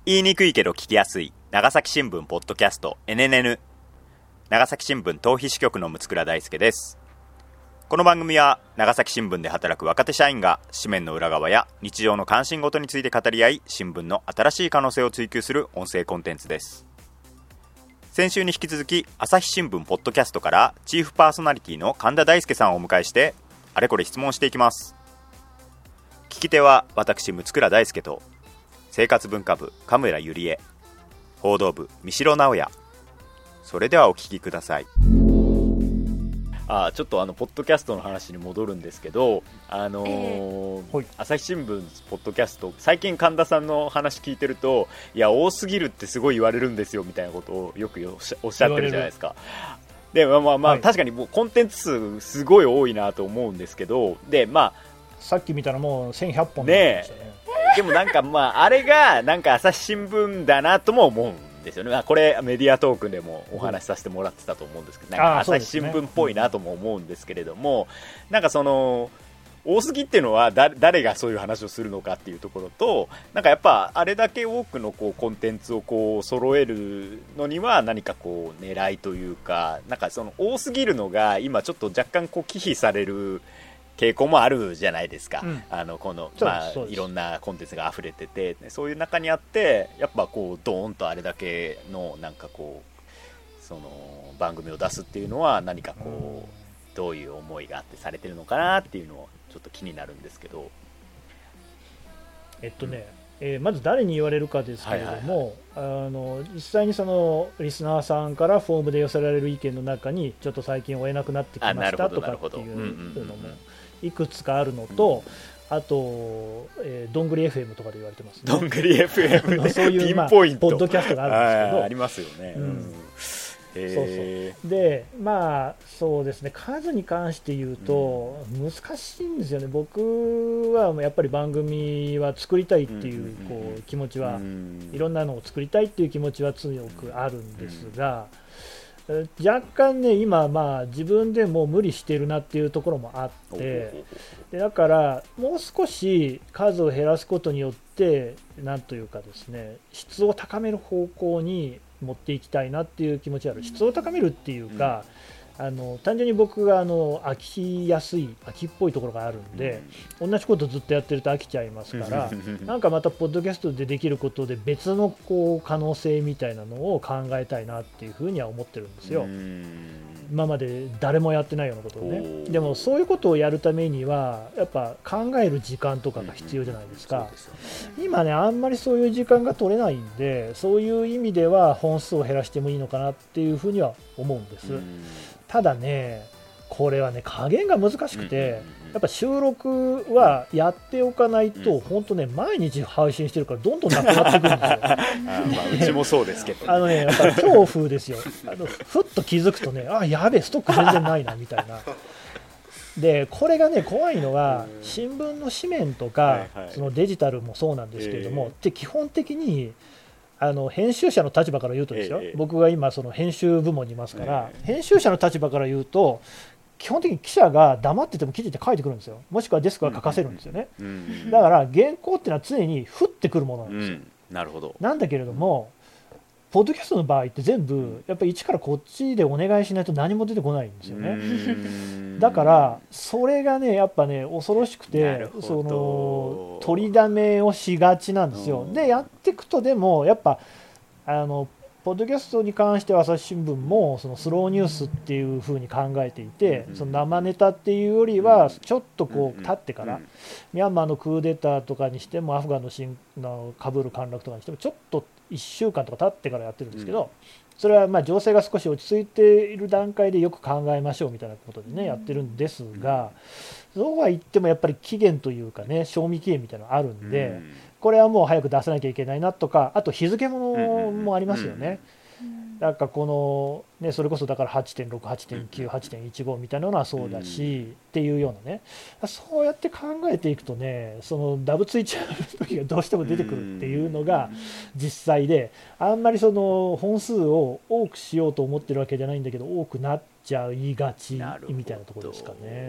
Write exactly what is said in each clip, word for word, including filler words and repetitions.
言いにくいけど聞きやすい長崎新聞ポッドキャスト エヌエヌエヌ 長崎新聞逃避支局の六倉大輔です。この番組は長崎新聞で働く若手社員が紙面の裏側や日常の関心事について語り合い、新聞の新しい可能性を追求する音声コンテンツです。先週に引き続き朝日新聞ポッドキャストからチーフパーソナリティの神田大輔さんをお迎えしてあれこれ質問していきます。聞き手は私六倉大輔と生活文化部神村ゆりえ、報道部三代直也。それではお聞きください。あちょっとあのポッドキャストの話に戻るんですけど、あのーえー、朝日新聞ポッドキャスト、最近神田さんの話聞いてると、いや多すぎるってすごい言われるんですよみたいなことをよくおっしゃ、おっしゃってるじゃないですか。でまあまあまあ、はい、確かにもうコンテンツ数すごい多いなと思うんですけど、でまあさっき見たらもうせんひゃっぽんね。 でもなんかまああれがなんか朝日新聞だなとも思うんですよね。まあ、これメディアトークでもお話しさせてもらってたと思うんですけど、なんか朝日新聞っぽいなとも思うんですけれども、なんかその多すぎっていうのはだ誰がそういう話をするのかっていうところと、なんかやっぱあれだけ多くのこうコンテンツをこう揃えるのには何かこう狙いというか、なんかその多すぎるのが今ちょっと若干こう忌避される傾向もあるじゃないですか、うん、あのこのまあ、いろんなコンテンツが溢れてて、そういう中にあってやっぱこうドーンとあれだけのなんかこうその番組を出すっていうのは何かこうどういう思いがあってされてるのかなっていうのをちょっと気になるんですけど、 えっとね、うんえー、まず誰に言われるかですけれども、はいはいはい、あの実際にそのリスナーさんからフォームで寄せられる意見の中にちょっと最近追えなくなってきましたとかっていうのもいくつかあるのと、うん、あと、えー、どんぐり エフエム とかで言われてます、ね、 どんぐり エフエム ねそういう、まあ、ポッドキャストがあるんですけどあ, ありますよね、うん、 そうそうでまあそうですね、数に関して言うと難しいんですよね。僕はやっぱり番組は作りたいっていう、こう気持ちは、いろんなのを作りたいっていう気持ちは強くあるんですが、若干ね今まあ自分でも無理してるなっていうところもあって、でだからもう少し数を減らすことによってなんというかですね、質を高める方向に持っていきたいなっていう気持ちがある。質を高めるっていうか、うん、あの単純に僕があの飽きやすい飽きっぽいところがあるんで、うん、同じことずっとやってると飽きちゃいますからなんかまたポッドキャストでできることで別のこう可能性みたいなのを考えたいなっていうふうには思ってるんですよ。今まで誰もやってないようなことをね。でもそういうことをやるためにはやっぱ考える時間とかが必要じゃないですか。今ねあんまりそういう時間が取れないんで、そういう意味では本数を減らしてもいいのかなっていうふうには思うんです。ただねこれはね加減が難しくて、やっぱ収録はやっておかないと本当ね毎日配信してるからどんどんなくなってくるんですよ。あ、 まあ、うちもそうですけど、ね、 あのねやっぱ恐怖ですよ。あのふっと気づくとね、あやべえストック全然ないなみたいな。でこれがね怖いのは新聞の紙面とか、はいはい、そのデジタルもそうなんですけれども、で基本的にあの編集者の立場から言うとですよ、僕が今その編集部門にいますから、編集者の立場から言うと基本的に記者が黙ってても記事って書いてくるんですよ。もしくはデスクが書かせるんですよね。だから原稿っていうのは常に降ってくるものなんですよ。 なるほど。 なんだけれどもポッドキャストの場合って全部やっぱり一からこっちでお願いしないと何も出てこないんですよね。だからそれがねやっぱね恐ろしくて、その取りだめをしがちなんですよ。でやっていくとでもやっぱあのポッドキャストに関しては朝日新聞もそのスローニュースっていう風に考えていて、その生ネタっていうよりはちょっとこう経ってからミャンマーのクーデターとかにしてもアフガンの新のカブール陥落とかにしてもちょっといっしゅうかんとか経ってからやってるんですけど、それはまあ情勢が少し落ち着いている段階でよく考えましょうみたいなことでねやってるんですが、そうは言ってもやっぱり期限というかね賞味期限みたいなのがあるんで、これはもう早く出さなきゃいけないなとか、あと日付ももありますよね。なんかこのねそれこそだから はちてんろく、はちてんきゅう、はちてんいちご みたいなのはそうだしっていうようなね、そうやって考えていくとね、そのダブついちゃう時がどうしても出てくるっていうのが実際で、あんまりその本数を多くしようと思ってるわけじゃないんだけど多くなっちゃいがちみたいなところですかね。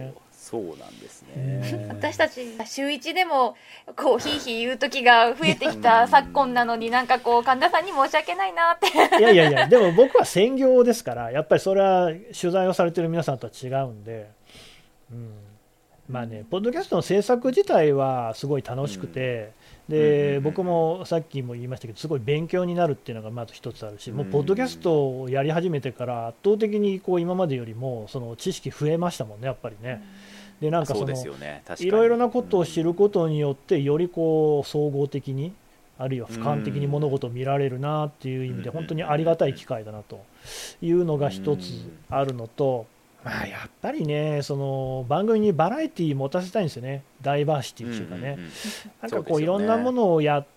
そうなんですね。 私たち週一でもこうヒーヒー言う時が増えてきた昨今なのに、なんかこう神田さんに申し訳ないなっていやいやいや、でも僕は専業ですから、やっぱりそれは取材をされてる皆さんとは違うんで、うん、まあね、ポッドキャストの制作自体はすごい楽しくて、うん、で僕もさっきも言いましたけど、すごい勉強になるっていうのがまず一つあるし、もうポッドキャストをやり始めてから圧倒的にこう今までよりもその知識増えましたもんね、やっぱりね。でなんかそのいろいろなことを知ることによってよりこう総合的に、あるいは俯瞰的に物事を見られるなっていう意味で本当にありがたい機会だなというのが一つあるのと、まあ、やっぱりね、その番組にバラエティー持たせたいんですよね、ダイバーシティというかね、なんかこういろんなものをやって、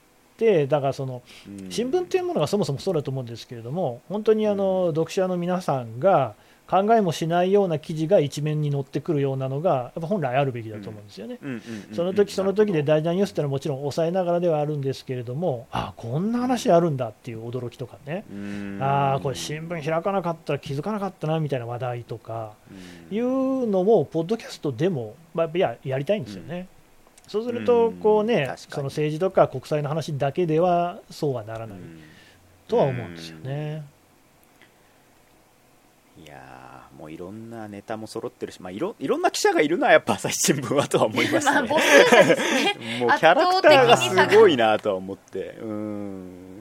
だからその新聞というものがそもそもそうだと思うんですけれども、本当にあの読者の皆さんが考えもしないような記事が一面に載ってくるようなのがやっぱ本来あるべきだと思うんですよね。その時その時で大事なニュースってのはもちろん抑えながらではあるんですけれども、あこんな話あるんだっていう驚きとかね、あこれ新聞開かなかったら気づかなかったなみたいな話題とかいうのもポッドキャストでも、まあ、いややりたいんですよね。そうするとこうね、その政治とか国際の話だけではそうはならないとは思うんですよね。 いやもういろんなネタも揃ってるし、まあ、いろいろんな記者がいるのはやっぱ朝日新聞はとは思いますね。まあ、母数がですねもうキャラクターがすごいなとは思って、うん、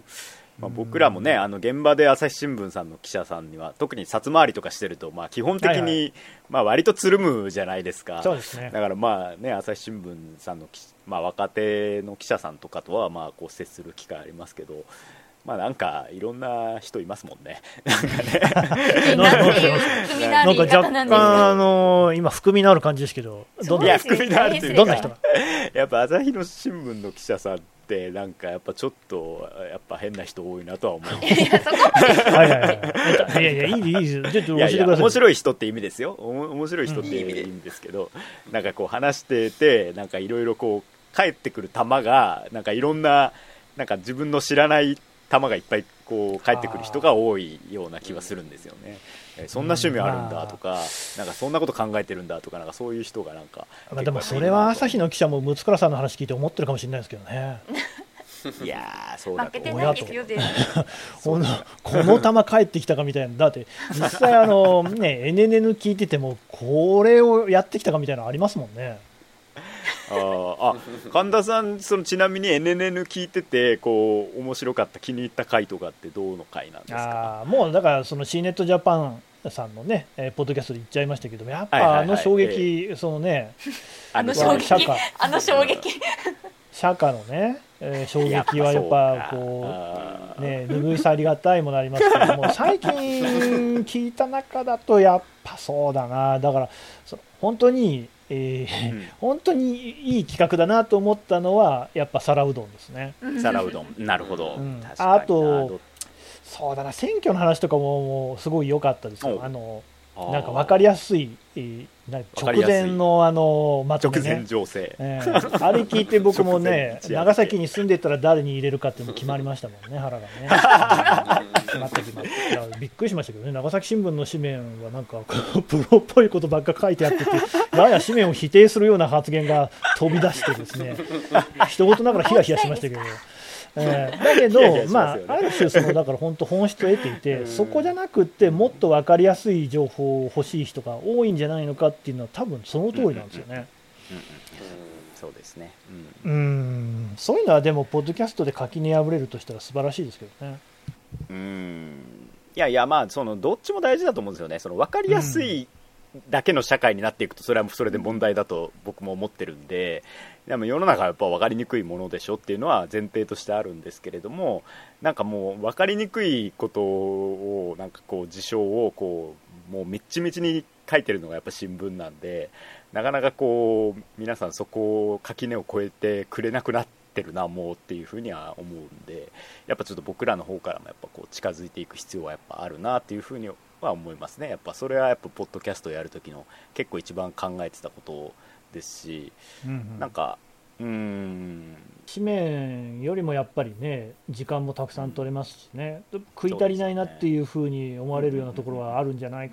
まあ、僕らもね、あの現場で朝日新聞さんの記者さんには特に札回りとかしてると、まあ、基本的に、はいはい、まあ、割とつるむじゃないですか。 そうですね。 だからまあね、朝日新聞さんの、まあ、若手の記者さんとかとはまあこう接する機会ありますけど、まあなんかいろんな人いますもんね。なんかね。 なんか若干あの今含みのある感じですけど、 どんな含みのあるというか、 どんな人が。 やっぱ朝日の新聞の記者さんってなんかやっぱちょっとやっぱ変な人多いなとは思います。いやそこまで。はいはい。いやいやいいいいです。ちょっと教えてください。いやいや面白い人って意味ですよ。お面白い人って意味ですけど、うん、なんかこう話しててなんかいろいろこう返ってくる球がなんかいろんななんか自分の知らない球がいっぱいこう返ってくる人が多いような気はするんですよね。えー、そんな趣味あるんだとか、なんかそんなこと考えてるんだとか、なんかそういう人がなんか、 まあ、でもそれは朝日の記者も六倉さんの話聞いて思ってるかもしれないですけどね。 いやーそうだと負けてないですよ全然このこの球返ってきたかみたいな、だって実際あのね エヌエヌエヌ 聞いててもこれをやってきたかみたいなのありますもんね。 ああ神田さん、そのちなみに エヌエヌエヌ 聞いててこう面白かった気に入った回とかってどの回なんですか？ あもうだからその シーネットジャパンさんのね、えー、ポッドキャストで言っちゃいましたけど、やっぱあの衝撃、えー、そのねあの衝撃あの衝撃釈迦のね、えー、衝撃はやっぱこうね拭い去りがたいものありますけども、最近聞いた中だとやっぱそうだな、だからそ本当にえーうん、本当にいい企画だなと思ったのはやっぱ皿うどんですね。 皿うどん、なるほど、うん、 確かに。あとそうだな、選挙の話とかももうすごい良かったですよ。あのなんか分かりやすい、えー、直前のあのまとめね、 直前情勢、 えー、あれ聞いて僕もね長崎に住んでたら誰に入れるかっていうの決まりましたもんね、腹がね決まった決まった。いやびっくりしましたけどね、長崎新聞の紙面はなんかプロっぽいことばっか書いてあってて、やや紙面を否定するような発言が飛び出してですね一言ながらヒヤヒヤしましたけどえー、だけど、まあ、ある種そのだから本当本質を得ていて、そこじゃなくってもっと分かりやすい情報を欲しい人が多いんじゃないのかっていうのは多分その通りなんですよね。 そうですね、 うん、うんそういうのはでもポッドキャストで垣根破れるとしたら素晴らしいですけどね。 うんいやいや、まあそのどっちも大事だと思うんですよね。その分かりやすいだけの社会になっていくとそれはそれで問題だと僕も思ってるんで、でも世の中はやっぱ分かりにくいものでしょっていうのは前提としてあるんですけれども、なんかもう分かりにくいことをなんかこう事象をこうもうみっちみちに書いてるのがやっぱ新聞なんで、なかなかこう皆さんそこを垣根を越えてくれなくなってるなもうっていうふうには思うんで、やっぱちょっと僕らの方からもやっぱこう近づいていく必要はやっぱあるなっていうふうには思いますね。やっぱそれはやっぱポッドキャストをやる時の結構一番考えてたことですし、うんうん、なんかうーん紙面よりもやっぱりね時間もたくさん取れますしね、うん、食い足りないなっていうふうに思われるようなところはあるんじゃないかなっ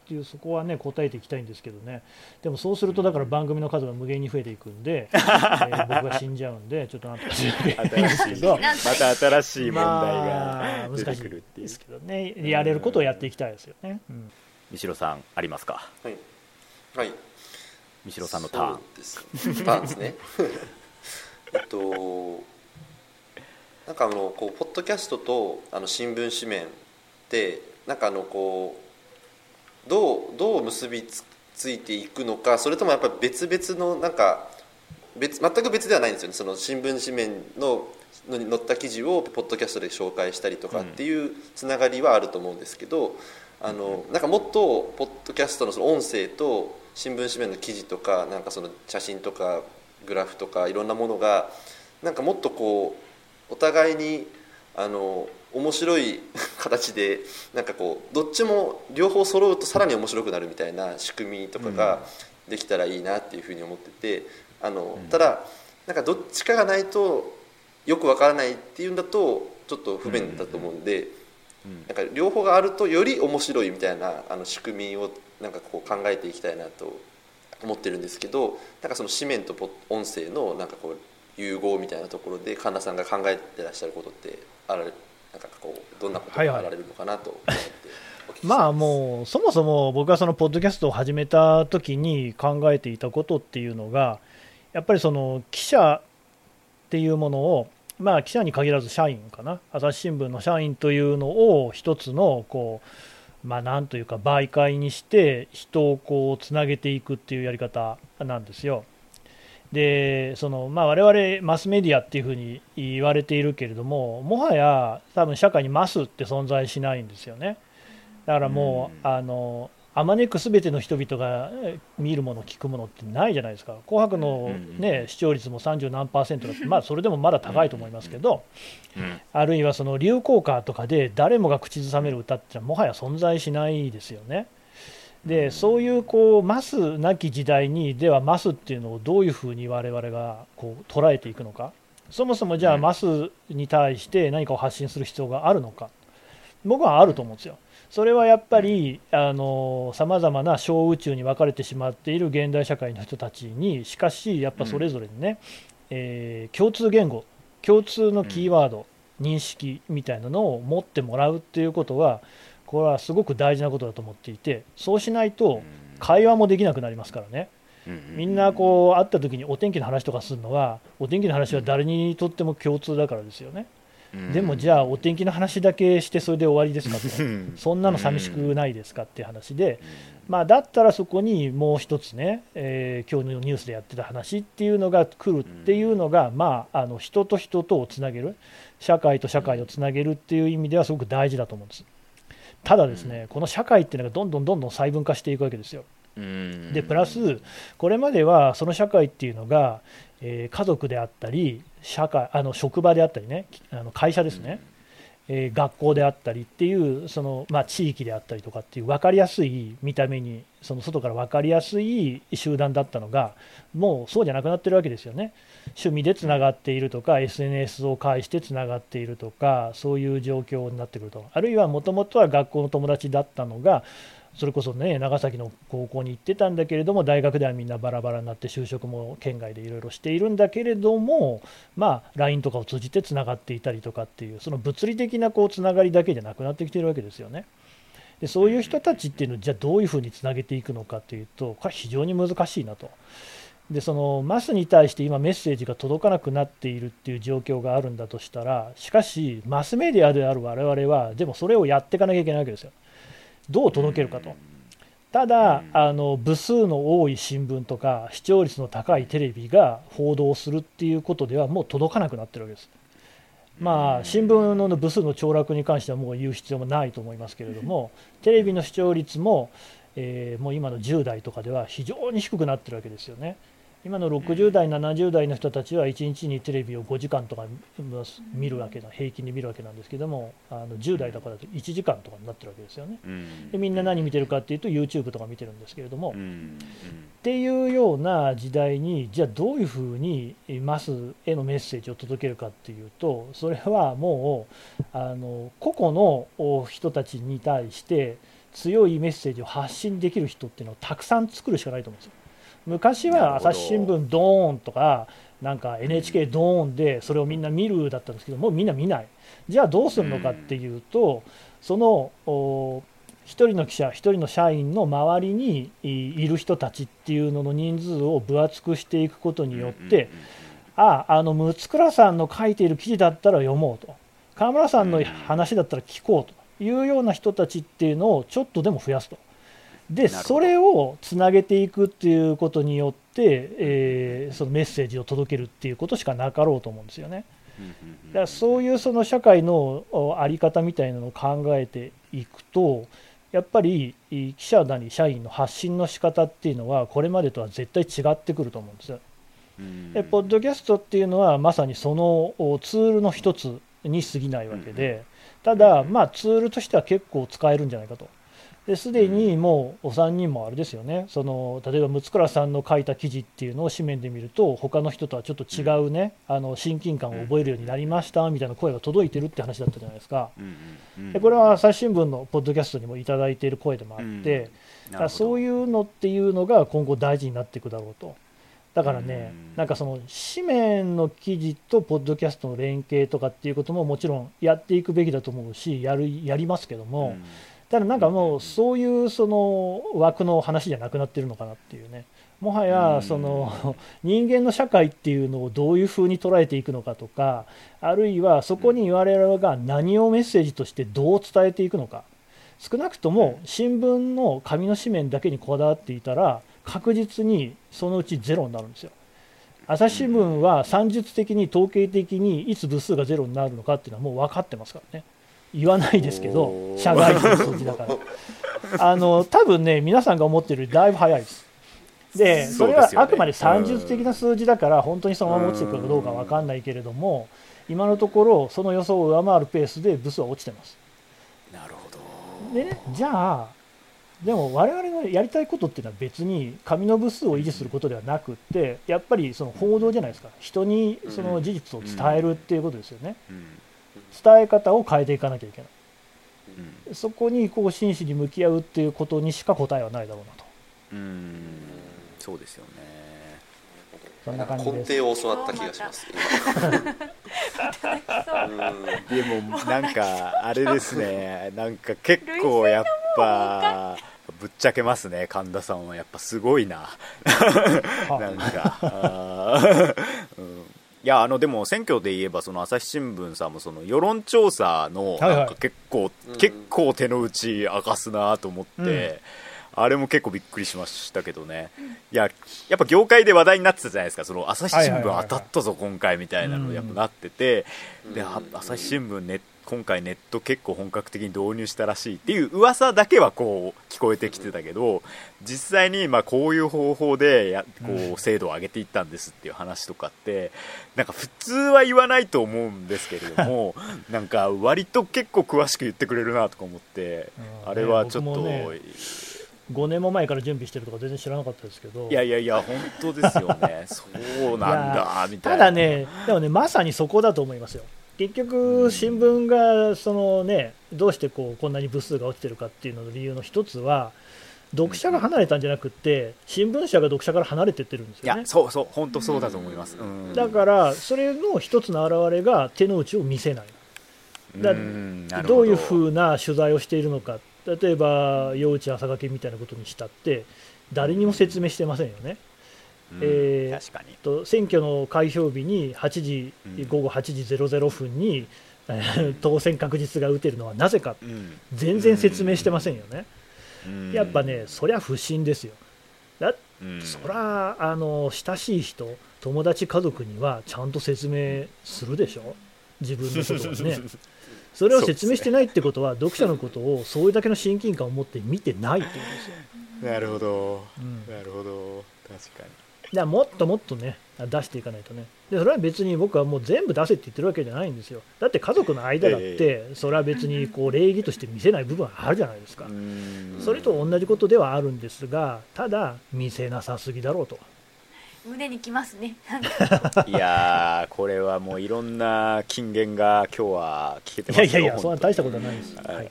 っていう、そこはね答えていきたいんですけどね。でもそうするとだから番組の数が無限に増えていくんで、えー、僕が死んじゃうんでちょっとなんとかしなきゃいけないんですけど、 また新しい問題が出てくるっていう、 まあ、難しいですけどね、やれることをやっていきたいですよね。うん、 三代さんありますか？ はい、はい、 三代さんのターンです。ターンですねえっとなんかあのこうポッドキャストとあの新聞紙面ってなんかあのこうどうどう結びつついていくのか、それともやっぱり別々のなんか別全く別ではないんですよね。その新聞紙面ののに載った記事をポッドキャストで紹介したりとかっていうつながりはあると思うんですけど、あのなんかもっとポッドキャストのその音声と新聞紙面の記事とかなんかその写真とかグラフとかいろんなものがなんかもっとこうお互いにあの面白い形でなんかこうどっちも両方揃うとさらに面白くなるみたいな仕組みとかができたらいいなっていうふうに思ってて、あのただなんかどっちかがないとよくわからないっていうんだとちょっと不便だと思うんで、なんか両方があるとより面白いみたいなあの仕組みをなんかこう考えていきたいなと思ってるんですけど、なんかその紙面と音声のなんかこう融合みたいなところで神田さんが考えてらっしゃることってあられなんかこうどんなことがあられるのかなと思ってお聞きしたいです。 まあもうそもそも僕がそのポッドキャストを始めた時に考えていたことっていうのが、やっぱりその記者っていうものを、まあ記者に限らず社員かな、朝日新聞の社員というのを一つのこうまあなんというか媒介にして人をこうつなげていくっていうやり方なんですよ。でそのまあ、我々マスメディアっていうふうに言われているけれども、もはや多分社会にマスって存在しないんですよね。だからもう、あのあまねく全ての人々が見るもの聞くものってないじゃないですか。紅白の、ね、視聴率もさんじゅうなんパーセントだって、まあ、それでもまだ高いと思いますけど、あるいはその流行歌とかで誰もが口ずさめる歌ってのはもはや存在しないですよね。でそういうこうマスなき時代にではマスっていうのをどういうふうに我々がこう捉えていくのか、そもそもじゃあマスに対して何かを発信する必要があるのか、僕はあると思うんですよ。それはやっぱりさまざまな小宇宙に分かれてしまっている現代社会の人たちに、しかしやっぱそれぞれにね、えー、共通言語、共通のキーワード、認識みたいなのを持ってもらうっていうことは、これはすごく大事なことだと思っていて、そうしないと会話もできなくなりますからね。みんなこう会った時にお天気の話とかするのは、お天気の話は誰にとっても共通だからですよね。でもじゃあお天気の話だけしてそれで終わりですかと、そんなの寂しくないですかっていう話で、まあ、だったらそこにもう一つね、えー、今日のニュースでやってた話っていうのが来るっていうのが、まあ、あの人と人とをつなげる、社会と社会をつなげるっていう意味ではすごく大事だと思うんです。ただですね、この社会っていうのがどんどんどんどん細分化していくわけですよ。でプラスこれまではその社会っていうのが、えー、家族であったり社会あの職場であったりね、あの会社ですね、えー、学校であったりっていうその、まあ、地域であったりとかっていう分かりやすい見た目に、その外から分かりやすい集団だったのがもうそうじゃなくなってるわけですよね。趣味でつながっているとか エスエヌエス を介してつながっているとか、そういう状況になってくると、あるいはもともとは学校の友達だったのがそれこそね長崎の高校に行ってたんだけれども、大学ではみんなバラバラになって就職も県外でいろいろしているんだけれども、まあ ライン とかを通じてつながっていたりとかっていう、その物理的なこうつながりだけじゃなくなってきているわけですよね。でそういう人たちっていうのをじゃあどういうふうにつなげていくのかというと、これは非常に難しいなと。でそのマスに対して今メッセージが届かなくなっているっていう状況があるんだとしたら、しかしマスメディアである我々はでもそれをやっていかなきゃいけないわけですよ。どう届けるかと。ただあの部数の多い新聞とか視聴率の高いテレビが報道するっていうことではもう届かなくなってるわけです。まあ新聞の部数の凋落に関してはもう言う必要もないと思いますけれども、テレビの視聴率も、えー、もう今のじゅう代とかでは非常に低くなってるわけですよね。今のろくじゅう代ななじゅう代の人たちはいちにちにテレビをごじかんとか見るわけだ、平均で見るわけなんですけども、あのじゅう代だからだといちじかんとかになってるわけですよね。でみんな何見てるかっていうと YouTube とか見てるんですけれども、っていうような時代にじゃあどういうふうにマスへのメッセージを届けるかっていうと、それはもうあの個々の人たちに対して強いメッセージを発信できる人っていうのをたくさん作るしかないと思うんですよ。昔は朝日新聞ドーンとかなんか エヌエイチケー ドーンでそれをみんな見るだったんですけど、もうみんな見ない。じゃあどうするのかっていうと、その一人の記者一人の社員の周りにいる人たちっていうのの人数を分厚くしていくことによって、ああ、あの六倉さんの書いている記事だったら読もうと、川村さんの話だったら聞こうというような人たちっていうのをちょっとでも増やすと。でそれをつなげていくっていうことによって、えー、そのメッセージを届けるっていうことしかなかろうと思うんですよね。だからそういうその社会の在り方みたいなのを考えていくと、やっぱり記者なり社員の発信の仕方っていうのはこれまでとは絶対違ってくると思うんですよ。でポッドキャストっていうのはまさにそのツールの一つに過ぎないわけで、ただまあツールとしては結構使えるんじゃないかと。ですでにもうお三人もあれですよね、その例えば六倉さんの書いた記事っていうのを紙面で見ると他の人とはちょっと違うね、あの親近感を覚えるようになりましたみたいな声が届いてるって話だったじゃないですか。でこれは朝日新聞のポッドキャストにもいただいている声でもあって、だからそういうのっていうのが今後大事になっていくだろうと。だからね、なんかその紙面の記事とポッドキャストの連携とかっていうことももちろんやっていくべきだと思うし、やるやりますけども、ただなんかもうそういうその枠の話じゃなくなってるのかなっていうね。もはやその人間の社会っていうのをどういうふうに捉えていくのかとか、あるいはそこに我々が何をメッセージとしてどう伝えていくのか。少なくとも新聞の紙の紙面だけにこだわっていたら確実にそのうちゼロになるんですよ。朝日新聞は算術的に統計的にいつ部数がゼロになるのかっていうのはもう分かってますからね。言わないですけど、社外の数字だからあの多分ね皆さんが思ってるよりだいぶ早いです。でそれはあくまで算術的な数字だから本当にそのまま落ちてくるかどうか分かんないけれども、今のところその予想を上回るペースで部数は落ちてます。 なるほど。 でね、じゃあでも我々のやりたいことっていうのは別に紙の部数を維持することではなくって、やっぱりその報道じゃないですか。人にその事実を伝えるっていうことですよね。伝え方を変えていかなきゃいけない、うん、そこにこう真摯に向き合うっていうことにしか答えはないだろうなと。 うーん、そうですよね。 そんな感じです。 根底を教わった気がしますでもなんかあれですね、なんか結構やっぱぶっちゃけますね、神田さんはやっぱすごいななんかあ、うん、いやあのでも選挙で言えばその朝日新聞さんもその世論調査のなんか結構、はいはい、結構手の内明かすなと思って、うん、あれも結構びっくりしましたけどね。いややっぱ業界で話題になってたじゃないですか、その朝日新聞当たったぞ今回みたいなのやっぱなってて、うん、で朝日新聞ね今回ネット結構本格的に導入したらしいっていう噂だけはこう聞こえてきてたけど、実際にまあこういう方法でやこう精度を上げていったんですっていう話とかってなんか普通は言わないと思うんですけれどもなんか割と結構詳しく言ってくれるなとか思って、あれはちょっと、ね、 ごねんも前から準備してるとか全然知らなかったですけど、 いやいやいや本当ですよねそうなんだみたいな。 ただねでもねまさにそこだと思いますよ。結局新聞がその、ね、どうしてこうこんなに部数が落ちてるかっていうのの理由の一つは読者が離れたんじゃなくって新聞社が読者から離れてってるんですよね。 いやそうそう本当そうだと思います、うん、 だからそれの一つの表れが手の内を見せない。だうんどういうふうな取材をしているのか、例えば夜内朝掛けみたいなことにしたって誰にも説明してませんよね。うんえー、確かにと選挙の開票日にはちじ、うん、ごごはちじぜろぜろふんに、えー、当選確実が打てるのはなぜか、うん、全然説明してませんよね、うん、やっぱねそりゃ不審ですよ。だ、うん、そりゃあの親しい人友達家族にはちゃんと説明するでしょ自分のことをねそれを説明してないってことは読者のことをそれだけの親近感を持って見てないって言うんですよ。 なるほど、うん、なるほど確かに。 だからもっともっとね出していかないとね。でそれは別に僕はもう全部出せって言ってるわけじゃないんですよ。だって家族の間だって、えー、それは別にこう礼儀として見せない部分はあるじゃないですか。それと同じことではあるんですが、ただ見せなさすぎだろうと。 胸にきますね。 いやーこれはもういろんな金言が今日は聞けてますよ。 いやいやいやそんな大したことはないです、はい、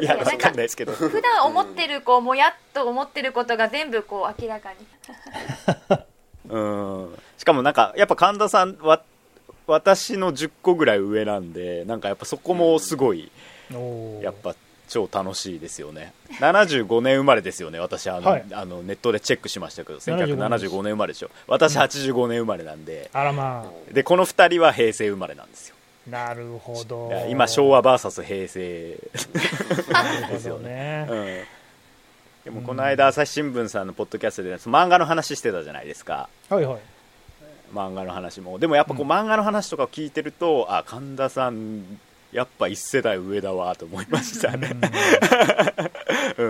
いや分かんないですけど普段思ってるこうもやっと思ってることが全部こう明らかにうんしかもなんかやっぱ神田さんは私のじゅっこぐらい上なんでなんかやっぱそこもすごい、うん、やっぱ超楽しいですよね。ななじゅうごねん生まれですよね私あの、はい、あのネットでチェックしましたけどせんきゅうひゃくななじゅうごねん生まれでしょ。私はちじゅうごねん生まれなんで、 うん、あらまあでこのふたりは平成生まれなんですよ。 なるほど。 今昭和 ブイエス 平成ですよね、 うん、でもこの間朝日新聞さんのポッドキャストで、ね、漫画の話してたじゃないですか。 はいはい。 漫画の話もでもやっぱこう、うん、漫画の話とかを聞いてるとあ神田さんやっぱ一世代上だわと思いましたね。うん、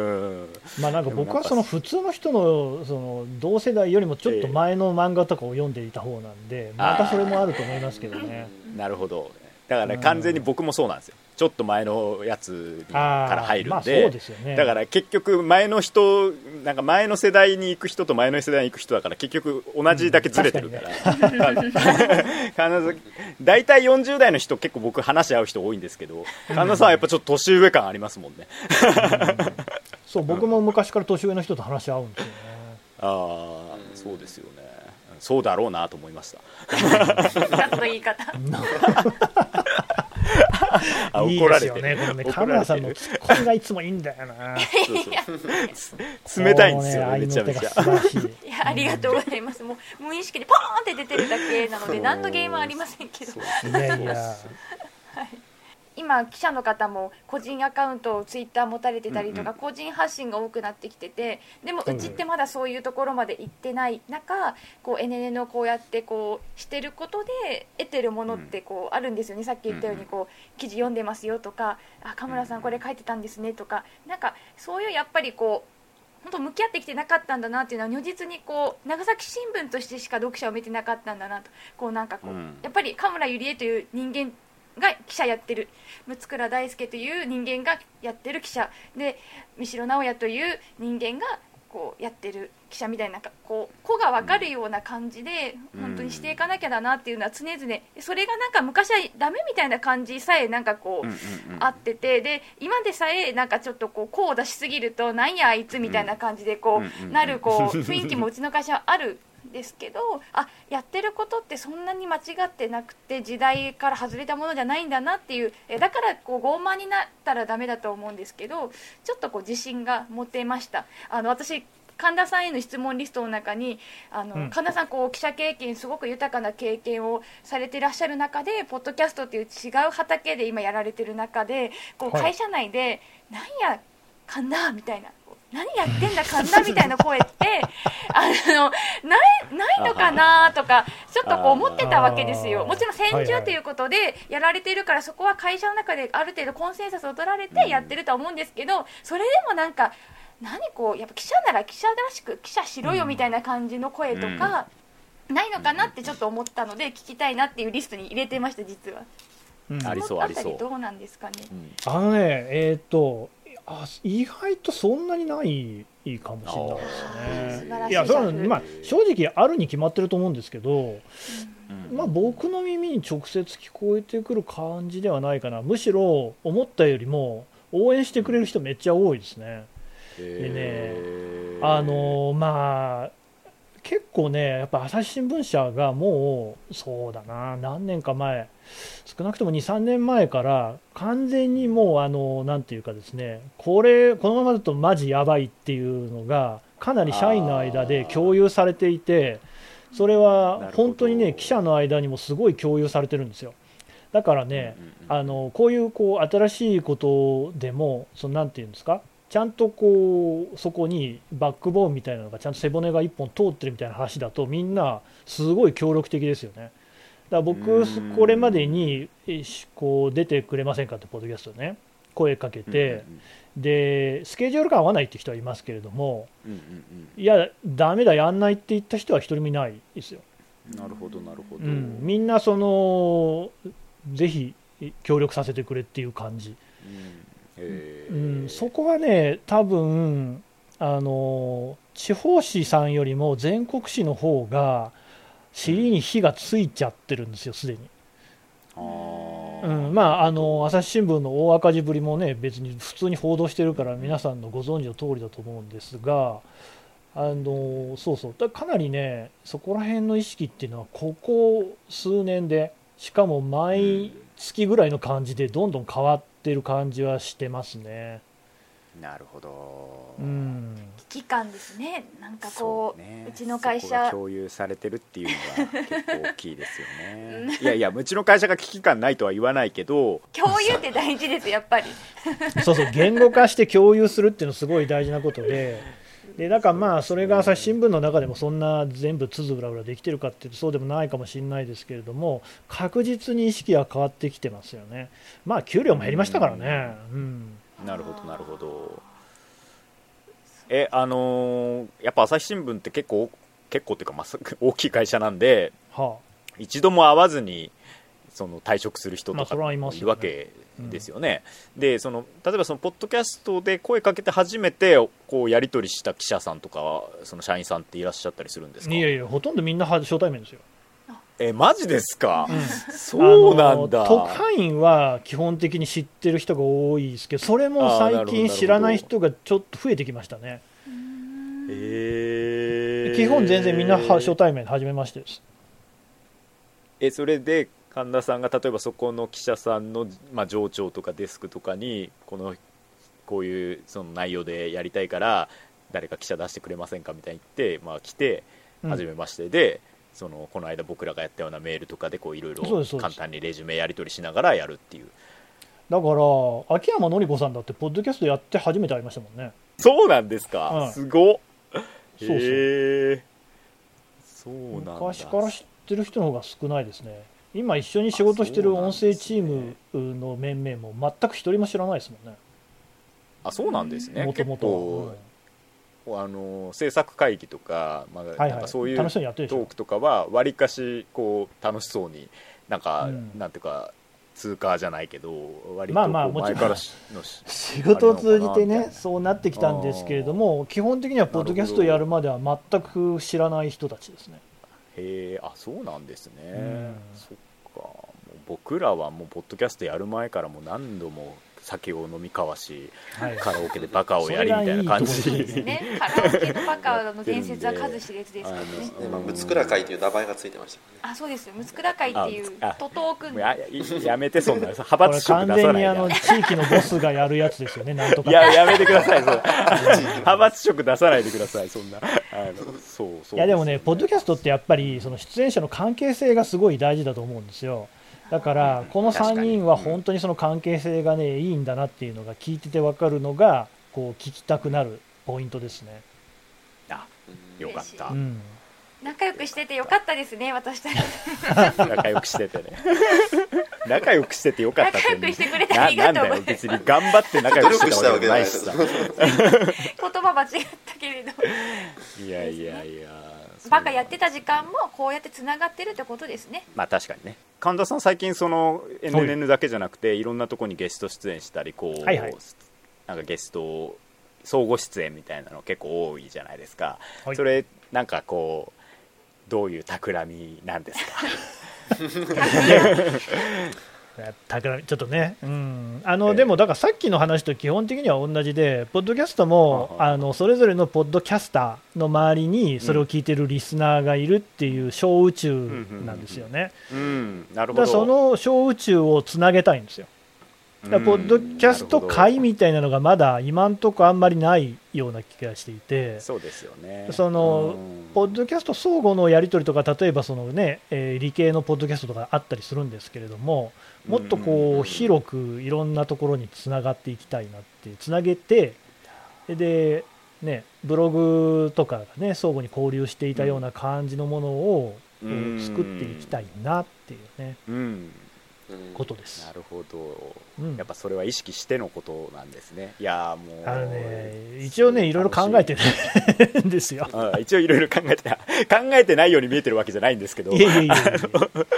まあなんか僕はその普通の人のその同世代よりもちょっと前の漫画とかを読んでいた方なんで、またそれもあると思いますけどね。 なるほど。だから、ね、完全に僕もそうなんですよ。ちょっと前のやつから入るんで、まあそうですよね、だから結局前の人なんか前の世代に行く人と前の世代に行く人だから結局同じだけずれてるから、うん、必ず大体よんじゅう代の人結構僕話し合う人多いんですけど神田さんはやっぱちょっと年上感ありますもんね。 うん、そう僕も昔から年上の人と話し合うんですよね。 ああそうですよね。そうだろうなと思いました。 何の言い方あ怒られてる。 いいですよね。このねカメラさんのツッコミがいつもいいんだよな。 そうそう冷たいんですよね。めちゃめちゃ。 いやありがとうございます。もう無意識でポーンって出てるだけなので何の原因もありませんけど。 いやいや。はい。 今記者の方も個人アカウントをツイッター持たれてたりとか、うんうん、個人発信が多くなってきててでもうちってまだそういうところまで行ってない中こう エヌエヌ をこうやってこうしてることで得てるものってこうあるんですよね、うん、さっき言ったようにこう記事読んでますよとかあ神村さんこれ書いてたんですねとかなんかそういうやっぱりこう本当向き合ってきてなかったんだなっていうのは如実にこう長崎新聞としてしか読者を見てなかったんだなとこうなんかこう、うん、やっぱり神村ゆりえという人間が記者やってる六倉大輔という人間がやってる記者で三城直哉という人間がこうやってる記者みたいなこう子が分かるような感じで本当にしていかなきゃだなっていうのは常々それがなんか昔はダメみたいな感じさえなんかこうあっててで今でさえなんかちょっとこう子を出しすぎるとなんやあいつみたいな感じでこうなるこう雰囲気もうちの会社はあるですけどあやってることってそんなに間違ってなくて時代から外れたものじゃないんだなっていうえだからこう傲慢になったらダメだと思うんですけどちょっとこう自信が持てました。あの私神田さんへの質問リストの中にあの、うん、神田さんこう記者経験すごく豊かな経験をされていらっしゃる中でポッドキャストっていう違う畑で今やられてる中でこう会社内で、はい、なんや神田みたいな何やってんだ神田みたいな声ってあのないないのかなとかちょっとこう思ってたわけですよ。もちろん専従ということでやられているからそこは会社の中である程度コンセンサスを取られてやってるとは思うんですけどそれでもなんか何こうやっぱ記者なら記者らしく記者しろよみたいな感じの声とかないのかなってちょっと思ったので聞きたいなっていうリストに入れてました実は、 うん、ありそうありそうどうなんですかね、 うん、あのねえっ、ー、とあ意外とそんなにないかもしれないですね。いやそれは、まあ、正直あるに決まってると思うんですけど、うんまあ、僕の耳に直接聞こえてくる感じではないかな。むしろ思ったよりも応援してくれる人めっちゃ多いですね。でねあのまあ結構ねやっぱ朝日新聞社がもうそうだな何年か前少なくとも にさんねんまえから完全にもうあのなんていうかですねこれこのままだとマジやばいっていうのがかなり社員の間で共有されていてそれは本当にね記者の間にもすごい共有されてるんですよ。だからねあのこういうこう新しいことでもそのなんていうんですかちゃんとこうそこにバックボーンみたいなのがちゃんと背骨がいっぽん通ってるみたいな話だとみんなすごい協力的ですよね。だから僕これまでにこう出てくれませんかってポッドキャストね声かけてでスケジュールが合わないって人はいますけれどもいやダメだやんないって言った人は一人もいないですよ。 なるほどなるほど、 うん、みんなそのぜひ協力させてくれっていう感じ。うんうん、そこはね多分あの地方紙さんよりも全国紙の方が尻に火がついちゃってるんですよ、すでに。 あうん、まああの朝日新聞の大赤字ぶりもね別に普通に報道してるから皆さんのご存知の通りだと思うんですが、あのそうそうだかなりねそこら辺の意識っていうのはここ数年でしかも毎月ぐらいの感じでどんどん変わってる感じはしてますね。 なるほど、 うん、 危機感ですね。なんかこう、うね、 うちの会そこが社共有されてるっていうのが結構大きいですよねいやいやうちの会社が危機感ないとは言わないけど共有って大事ですやっぱりそうそう言語化して共有するっていうのすごい大事なことで、でだからまあそれが朝日新聞の中でもそんな全部つづぶらぶらできてるかっていうとそうでもないかもしれないですけれども、確実に意識は変わってきてますよね。まあ給料も減りましたからね。うん、なるほどなるほど。えあのー、やっぱ朝日新聞って結構結構っていうか、まあ、大きい会社なんで、はあ、一度も会わずにその退職する人とかもいるわけですよね。うん、でその例えばそのポッドキャストで声かけて初めてこうやり取りした記者さんとかその社員さんっていらっしゃったりするんですか？ いやいやほとんどみんな初対面ですよ。 えマジですか？うん、そうなんだ。 特派員は基本的に知ってる人が多いですけど、それも最近知らない人がちょっと増えてきましたね。 へー、 基本全然みんな初対面初めましてです。 えそれで神田さんが例えばそこの記者さんの、まあ、上長とかデスクとかにこのこういうその内容でやりたいから誰か記者出してくれませんかみたいに言って、まあ、来て初めましてで、うんそのこの間僕らがやったようなメールとかでいろいろ簡単にレジュメやり取りしながらやるっていう。 だから秋山紀子さんだってポッドキャストやって初めて会いましたもんね。 そうなんですか、うん、すごっ。 そうそうへそうなんだ。 昔から知ってる人の方が少ないですね。今一緒に仕事してる音声チームの面々も全く一人も知らないですもんね。 あそうなんですね。 もともとあの制作会議とか、まあはいはい、 なんかそういうト楽しそうにやってるでしょ。 ークとかはわりかしこう楽しそうになんか、うん、なんていうか通過じゃないけど割とこう前からの仕事を通じてねそうなってきたんですけれども、基本的にはポッドキャストやるまでは全く知らない人たちですね。 へえ、あそうなんですね。 うん、 そっか。もう僕らはもうポッドキャストやる前からもう何度も酒を飲み交わし、はい、カラオケでバカをやりみたいな感じですね。カラオケのバカの伝説は数知れずですからね。 ムツクラ会という名前がついてましたね。 あ、そうですよ。ムツクラ会っていう徒党を組んで。 や, やめてそんな派閥色出さない。 完全にあの地域のボスがやるやつですよね。なんとか。 いややめてください。そう派閥色出さないでください。そんな。あのそうそう。 いやでもね、ポッドキャストってやっぱりその出演者の関係性がすごい大事だと思うんですよ。だからこのさんにんは本当にその関係性がねいいんだなっていうのが聞いてて分かるのがこう聞きたくなるポイントですね。 あ、よかった、 うん、 仲良くしててよかったですね。私たち仲良くしててね仲良くしててよかったって、 仲良くしてくれてありがとうございます。 なんだよ別に頑張って仲良くしてたわけじゃないしさ言葉間違ったけれどいやいやいやバカやってた時間もこうやってつながってるってことですね。 まあ確かにね。神田さん最近その エヌエヌエヌ だけじゃなくていろんなところにゲスト出演したりこう、はいはい、なんかゲスト相互出演みたいなの結構多いじゃないですか、はい、それなんかこうどういう企みなんですか企みちょっとね、うん、あの、えー、でもだからさっきの話と基本的には同じでポッドキャストもあのそれぞれのポッドキャスターの周りにそれを聞いてるリスナーがいるっていう小宇宙なんですよね。だからその小宇宙をつなげたいんですよ。だからポッドキャスト会みたいなのがまだ今んとこあんまりないような気がしていて、 そうですよね。 そのポッドキャスト相互のやり取りとか例えばそのね、えー、理系のポッドキャストとかあったりするんですけれども、もっとこう広くいろんなところにつながっていきたいなってつなげてでねブログとかがね相互に交流していたような感じのものを作っていきたいなっていうね。うんことです。 なるほど、うん、やっぱそれは意識してのことなんですね。いやもうあの、ね、一応ねいろいろ考えてるんですよ。 一応いろいろ考えて考えてないように見えてるわけじゃないんですけど、いやいやいやいや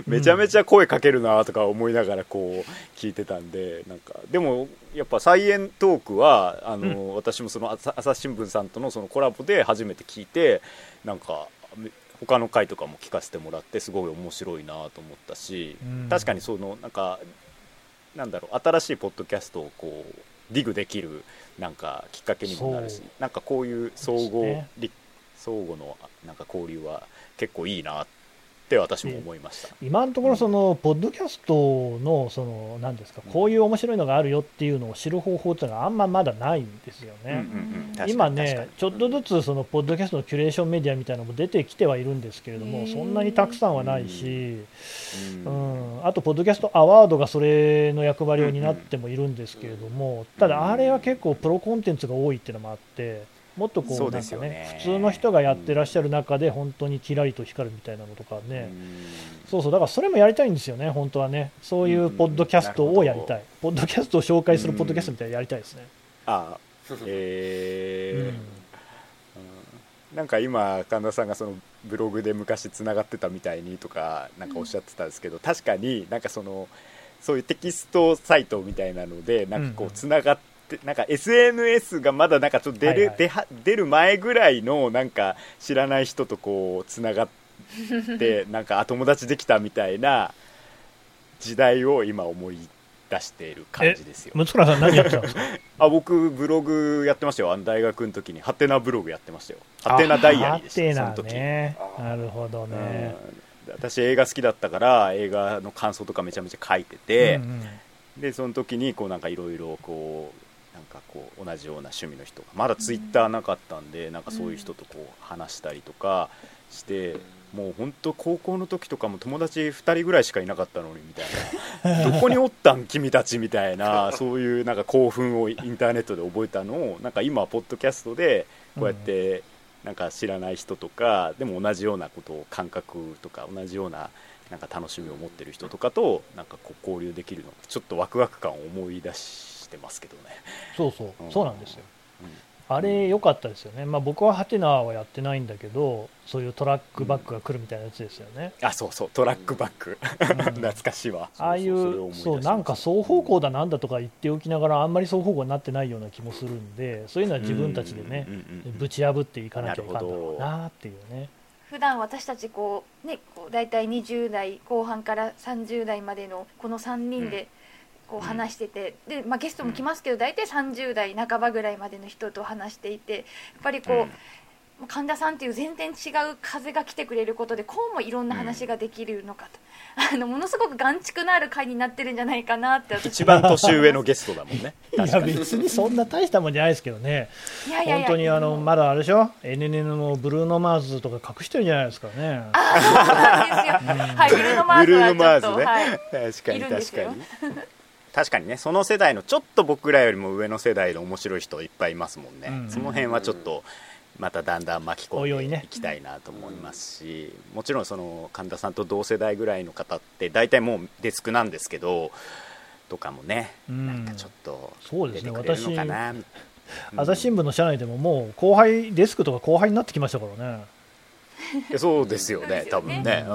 めちゃめちゃ声かけるなとか思いながらこう聞いてたんで、なんかでもやっぱサイエントークはあの、うん、私もその朝日新聞さんとのそのコラボで初めて聞いて、なんか他の回とかも聞かせてもらってすごい面白いなと思ったし、うん、確かにそのなんかなんだろう、新しいポッドキャストをこうディグできるなんかきっかけにもなるし、なんかこういう相互、ね、相互のなんか交流は結構いいなって私も思いました。 今のところその、うん、ポッドキャストのその何ですか、こういう面白いのがあるよっていうのを知る方法っていうのはあんままだないんですよね。うんうんうん、今ねちょっとずつそのポッドキャストのキュレーションメディアみたいなのも出てきてはいるんですけれども、そんなにたくさんはないし、うん、うん、あとポッドキャストアワードがそれの役割を担ってもいるんですけれども、ただあれは結構プロコンテンツが多いっていうのもあって、もっとこうなんかね、普通の人がやってらっしゃる中で本当にキラリと光るみたいなのとかね、そうそう、だからそれもやりたいんですよね、本当はね。そういうポッドキャストをやりたい、ポッドキャストを紹介するポッドキャストみたいなのやりたいですね。 ああ、えーうん、なんか今神田さんがそのブログで昔つながってたみたいにとかなんかおっしゃってたんですけど、確かになんかそのそういうテキストサイトみたいなのでなんかこうつながって、なんか エスエヌエス がまだなんかちょっと出る、はいはい、出は出る前ぐらいのなんか知らない人とこうつながってなんか友達できたみたいな時代を今思い出している感じですよ。 六倉さん何やってたんですか？ あ、僕ブログやってましたよ。あの大学の時にハテナブログやってましたよ。ハテナダイアリーでした、 その時。ね、なるほどね、 うん、私映画好きだったから映画の感想とかめちゃめちゃ書いてて、うんうん、でその時にこうなんかいろいろこうなんかこう同じような趣味の人がまだツイッターなかったんで、なんかそういう人とこう話したりとかして、もう本当高校の時とかも友達ふたりぐらいしかいなかったのにみたいなどこにおったん君たちみたいなそういうなんか興奮をインターネットで覚えたのをなんか今ポッドキャストでこうやってなんか知らない人とかでも同じようなことを感覚とか同じようななんか楽しみを持ってる人とかとなんかこう交流できるのちょっとワクワク感を思い出してますけどね。 そうそう、うん、そうなんですよ、うん、あれ良かったですよね。まあ、僕はハテナはやってないんだけど、そういうトラックバックが来るみたいなやつですよね、 うん、あ、そうそう、トラックバック、うん、懐かしいわ。 ああいうそうなんか双方向だなんだとか言っておきながらあんまり双方向になってないような気もするんで、そういうのは自分たちでね、ぶち破っていかなきゃいかんだろうなっていうね。 普段私たちこうね、こうだいたいにじゅう代後半からさんじゅう代までのこのさんにんでこう話してて、で、まあ、ゲストも来ますけどだいたいさんじゅう代半ばぐらいまでの人と話していて、やっぱりこう、神田さんっていう全然違う風が来てくれることでこうもいろんな話ができるのかと、あのものすごく眼蓄のある回になってるんじゃないかなって私一番年上のゲストだもんね。 いや別にそんな大したもんじゃないですけどね。いやいやいや、本当にあのまだあれでしょ、 エヌエヌエヌ のブルーノマーズとか隠してるんじゃないですかね。 あ、そうなんですよ、うん、はい、ブルーノマーズはちょっと、ね、はい、 確かに確かに確かにね、その世代のちょっと僕らよりも上の世代の面白い人いっぱいいますもんね、うん、その辺はちょっとまただんだん巻き込んでいきたいなと思いますし、ね、もちろんその神田さんと同世代ぐらいの方って大体もうデスクなんですけどとかもね、うん、なんかちょっと出てくれるのかな、うん、 朝日新聞の社内でももう後輩デスクとか後輩になってきましたからね。 そうですよね、多分ね、うん、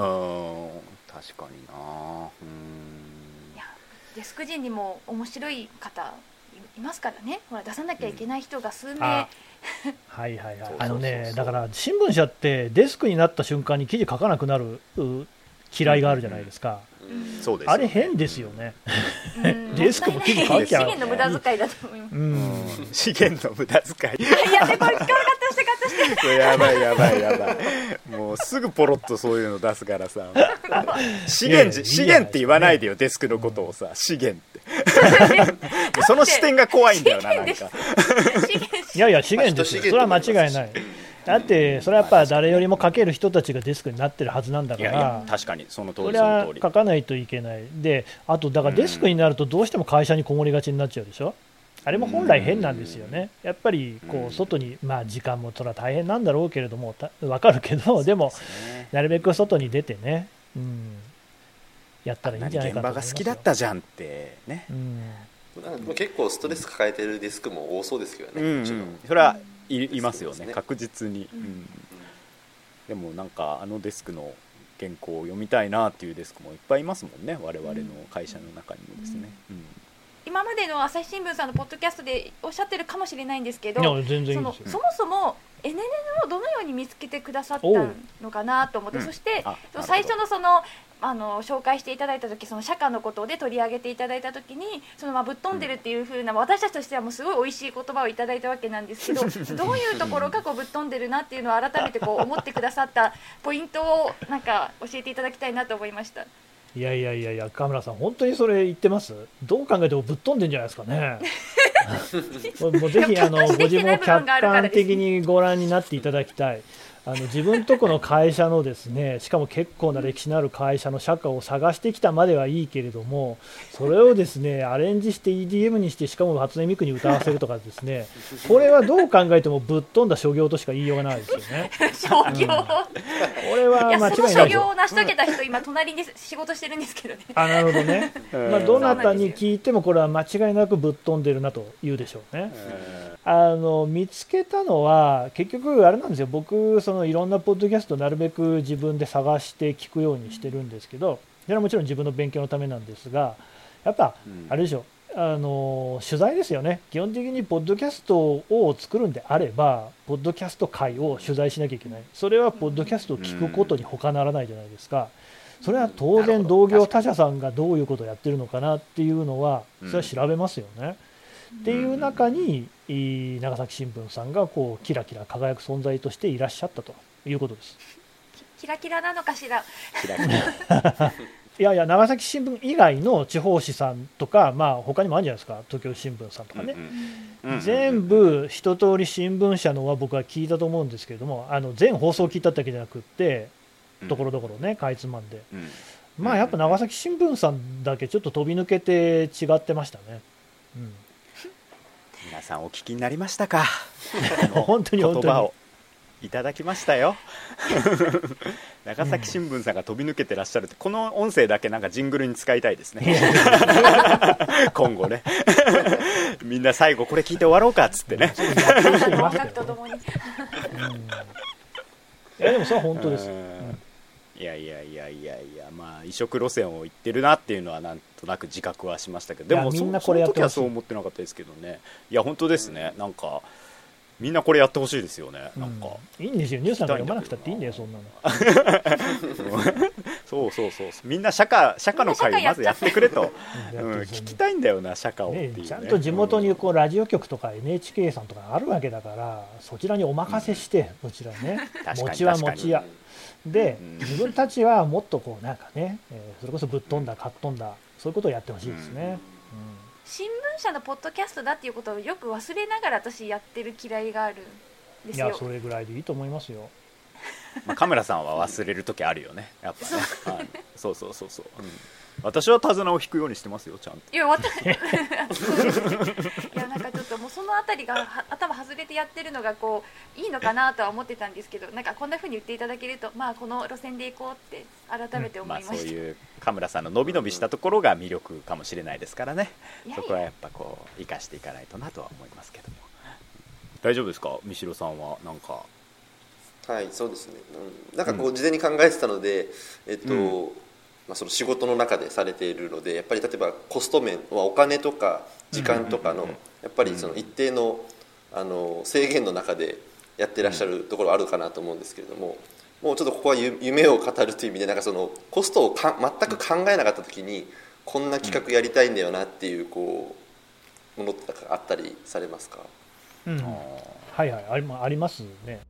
確かにな、うん、 いやデスク陣にも面白い方いますからね。ほら出さなきゃいけない人が数名、うん、はいはいはい、あのね、だから新聞社ってデスクになった瞬間に記事書かなくなる嫌いがあるじゃないですか、 うん、 あれ変ですよね、 うん、 デスクも記事書きゃ資源の無駄遣いだと思います、うん、 資源の無駄遣いいや、これ聞かなかったしてカットしてやばいやばいやばいもうすぐポロッとそういうの出すからさ資源じ、資源って言わないでよ、デスクのことをさ、資源ってその視点が怖いんだよな、なんかいやいや資源ですよ、それは間違いない。だってそれはやっぱ誰よりも書ける人たちがデスクになってるはずなんだから、いやいや確かにその通り、 それは書かないといけない。で、あとだからデスクになるとどうしても会社にこもりがちになっちゃうでしょ。あれも本来変なんですよね。やっぱりこう外に、まあ時間もそれは大変なんだろうけれども分かるけど、でもなるべく外に出てね、うん、やったらいいんじゃないかと思いますよ。 現場が好きだったじゃんってね、うん、 なんか結構ストレス抱えてるデスクも多そうですけどね、うんうん、 それはい、いますよね、確実に、うんうん、でもなんかあのデスクの原稿を読みたいなっていうデスクもいっぱいいますもんね、我々の会社の中にもですね、うんうん、 今までの朝日新聞さんのポッドキャストでおっしゃってるかもしれないんですけど、 いや全然いいですよ。 そのそもそも エヌエヌ をどのように見つけてくださったのかなと思って、うん、そして最初のそのあの紹介していただいた時、その社歌のことで取り上げていただいた時に、そのまあぶっ飛んでるっていう風な、うん、私たちとしてはもうすごい美味しい言葉をいただいたわけなんですけどどういうところがこうぶっ飛んでるなっていうのを改めてこう思ってくださったポイントをなんか教えていただきたいなと思いました。 いやいやいやいや、河村さん本当にそれ言ってます？どう考えてもぶっ飛んでんじゃないですかねもうぜひあのご自分を客観的にご覧になっていただきたい。あの自分とこの会社のですね、しかも結構な歴史のある会社の社歌を探してきたまではいいけれども、それをですねアレンジして イーディーエム にして、しかも初音ミクに歌わせるとかですね、これはどう考えてもぶっ飛んだ所業としか言いようがないですよね所業、うん、これは間違いないですよ。 その所業を成し遂げた人、今隣に仕事してるんですけどねあ、なるほどね、まあ、どなたに聞いてもこれは間違いなくぶっ飛んでるなと言うでしょうね。あの見つけたのは結局あれなんですよ。僕そのいろんなポッドキャストなるべく自分で探して聞くようにしてるんですけど、それはもちろん自分の勉強のためなんですが、やっぱあれでしょ、あの取材ですよね。基本的にポッドキャストを作るんであればポッドキャスト界を取材しなきゃいけない。それはポッドキャストを聞くことに他ならないじゃないですか。それは当然同業他社さんがどういうことをやってるのかなっていうのはそれは調べますよね。っていう中に長崎新聞さんがこうキラキラ輝く存在としていらっしゃったということです。 キラキラなのかしら。 キラキラいやいや、長崎新聞以外の地方紙さんとか、まあ他にもあるんじゃないですか、東京新聞さんとかね、うんうん、全部一通り新聞社のは僕は聞いたと思うんですけれども、あの全放送聞いただけじゃなくってところどころねかいつまんで、うん、まあやっぱ長崎新聞さんだけちょっと飛び抜けて違ってましたね、うん、 皆さんお聞きになりましたか本当に本当に言葉をいただきましたよ長崎新聞さんが飛び抜けてらっしゃるって、この音声だけなんかジングルに使いたいですね今後ねみんな最後これ聞いて終わろうかっつってね音楽とともにいやでもそれは本当です、うん、 いやいやいやいやいや、まあ異色路線を行ってるなっていうのはなんとなく自覚はしましたけど、でもみんなこれやってほしい。 その時はそう思ってなかったですけどね。いや本当ですね、なんかみんなこれやってほしいですよね。なんか、 うん、いいんですよ、ニュースなんか読まなくたっていいんだよそんなのそうそうそう、みんな社歌社歌の会をまずやってくれと、うん、聞きたいんだよな社歌をっていう、ねね、 ちゃんと地元にこうラジオ局とか エヌエイチケー さんとかあるわけだから、そちらにお任せして、うん、こちらね餅は餅屋で、うん、自分たちはもっとこうなんかね、えー、それこそぶっ飛んだかっ飛んだそういうことをやってほしいですね、うんうん、 新聞社のポッドキャストだっていうことをよく忘れながら私やってる嫌いがあるんですよ。 いやそれぐらいでいいと思いますよまあ、カメラさんは忘れる時あるよねやっぱねそう、はい、そうそうそうそう、うん、私は手綱を引くようにしてますよちゃんと。 いや私いやなんかちょっともうそのあたりが頭外れてやってるのがこういいのかなとは思ってたんですけど、なんかこんな風に言っていただけると、まあこの路線で行こうって改めて思いました、うん、まあ、 そういうカメラさんの伸び伸びしたところが魅力かもしれないですからね、いやいやそこはやっぱこう生かしていかないとなとは思いますけども。大丈夫ですか三代さんはなんか。 はい、そうですね、うん、なんかこう事前に考えてたので、えっと、うんまあ、その仕事の中でされているので、やっぱり例えばコスト面はお金とか時間とかのやっぱりその一定のあの制限の中でやってらっしゃるところあるかなと思うんですけれども、もうちょっとここは夢を語るという意味でなんかそのコストをか全く考えなかった時にこんな企画やりたいんだよなっていうこうものってあったりされますか？ うん、はいはい、ありますね。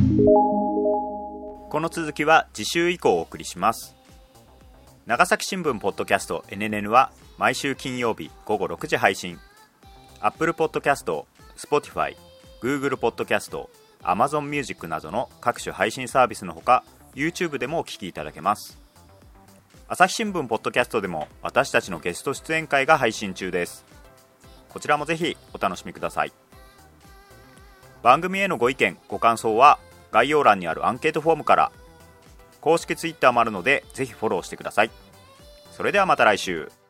この続きは次週以降お送りします。長崎新聞ポッドキャスト エヌエヌエヌ は毎週金曜日午後ろくじ配信。 Apple Podcast、Spotify、Google Podcast、Amazon Music などの各種配信サービスのほか YouTube でもお聞きいただけます。朝日新聞ポッドキャストでも私たちのゲスト出演会が配信中です。こちらもぜひお楽しみください。番組へのご意見ご感想は概要欄にあるアンケートフォームから、公式ツイッターもあるのでぜひフォローしてください。それではまた来週。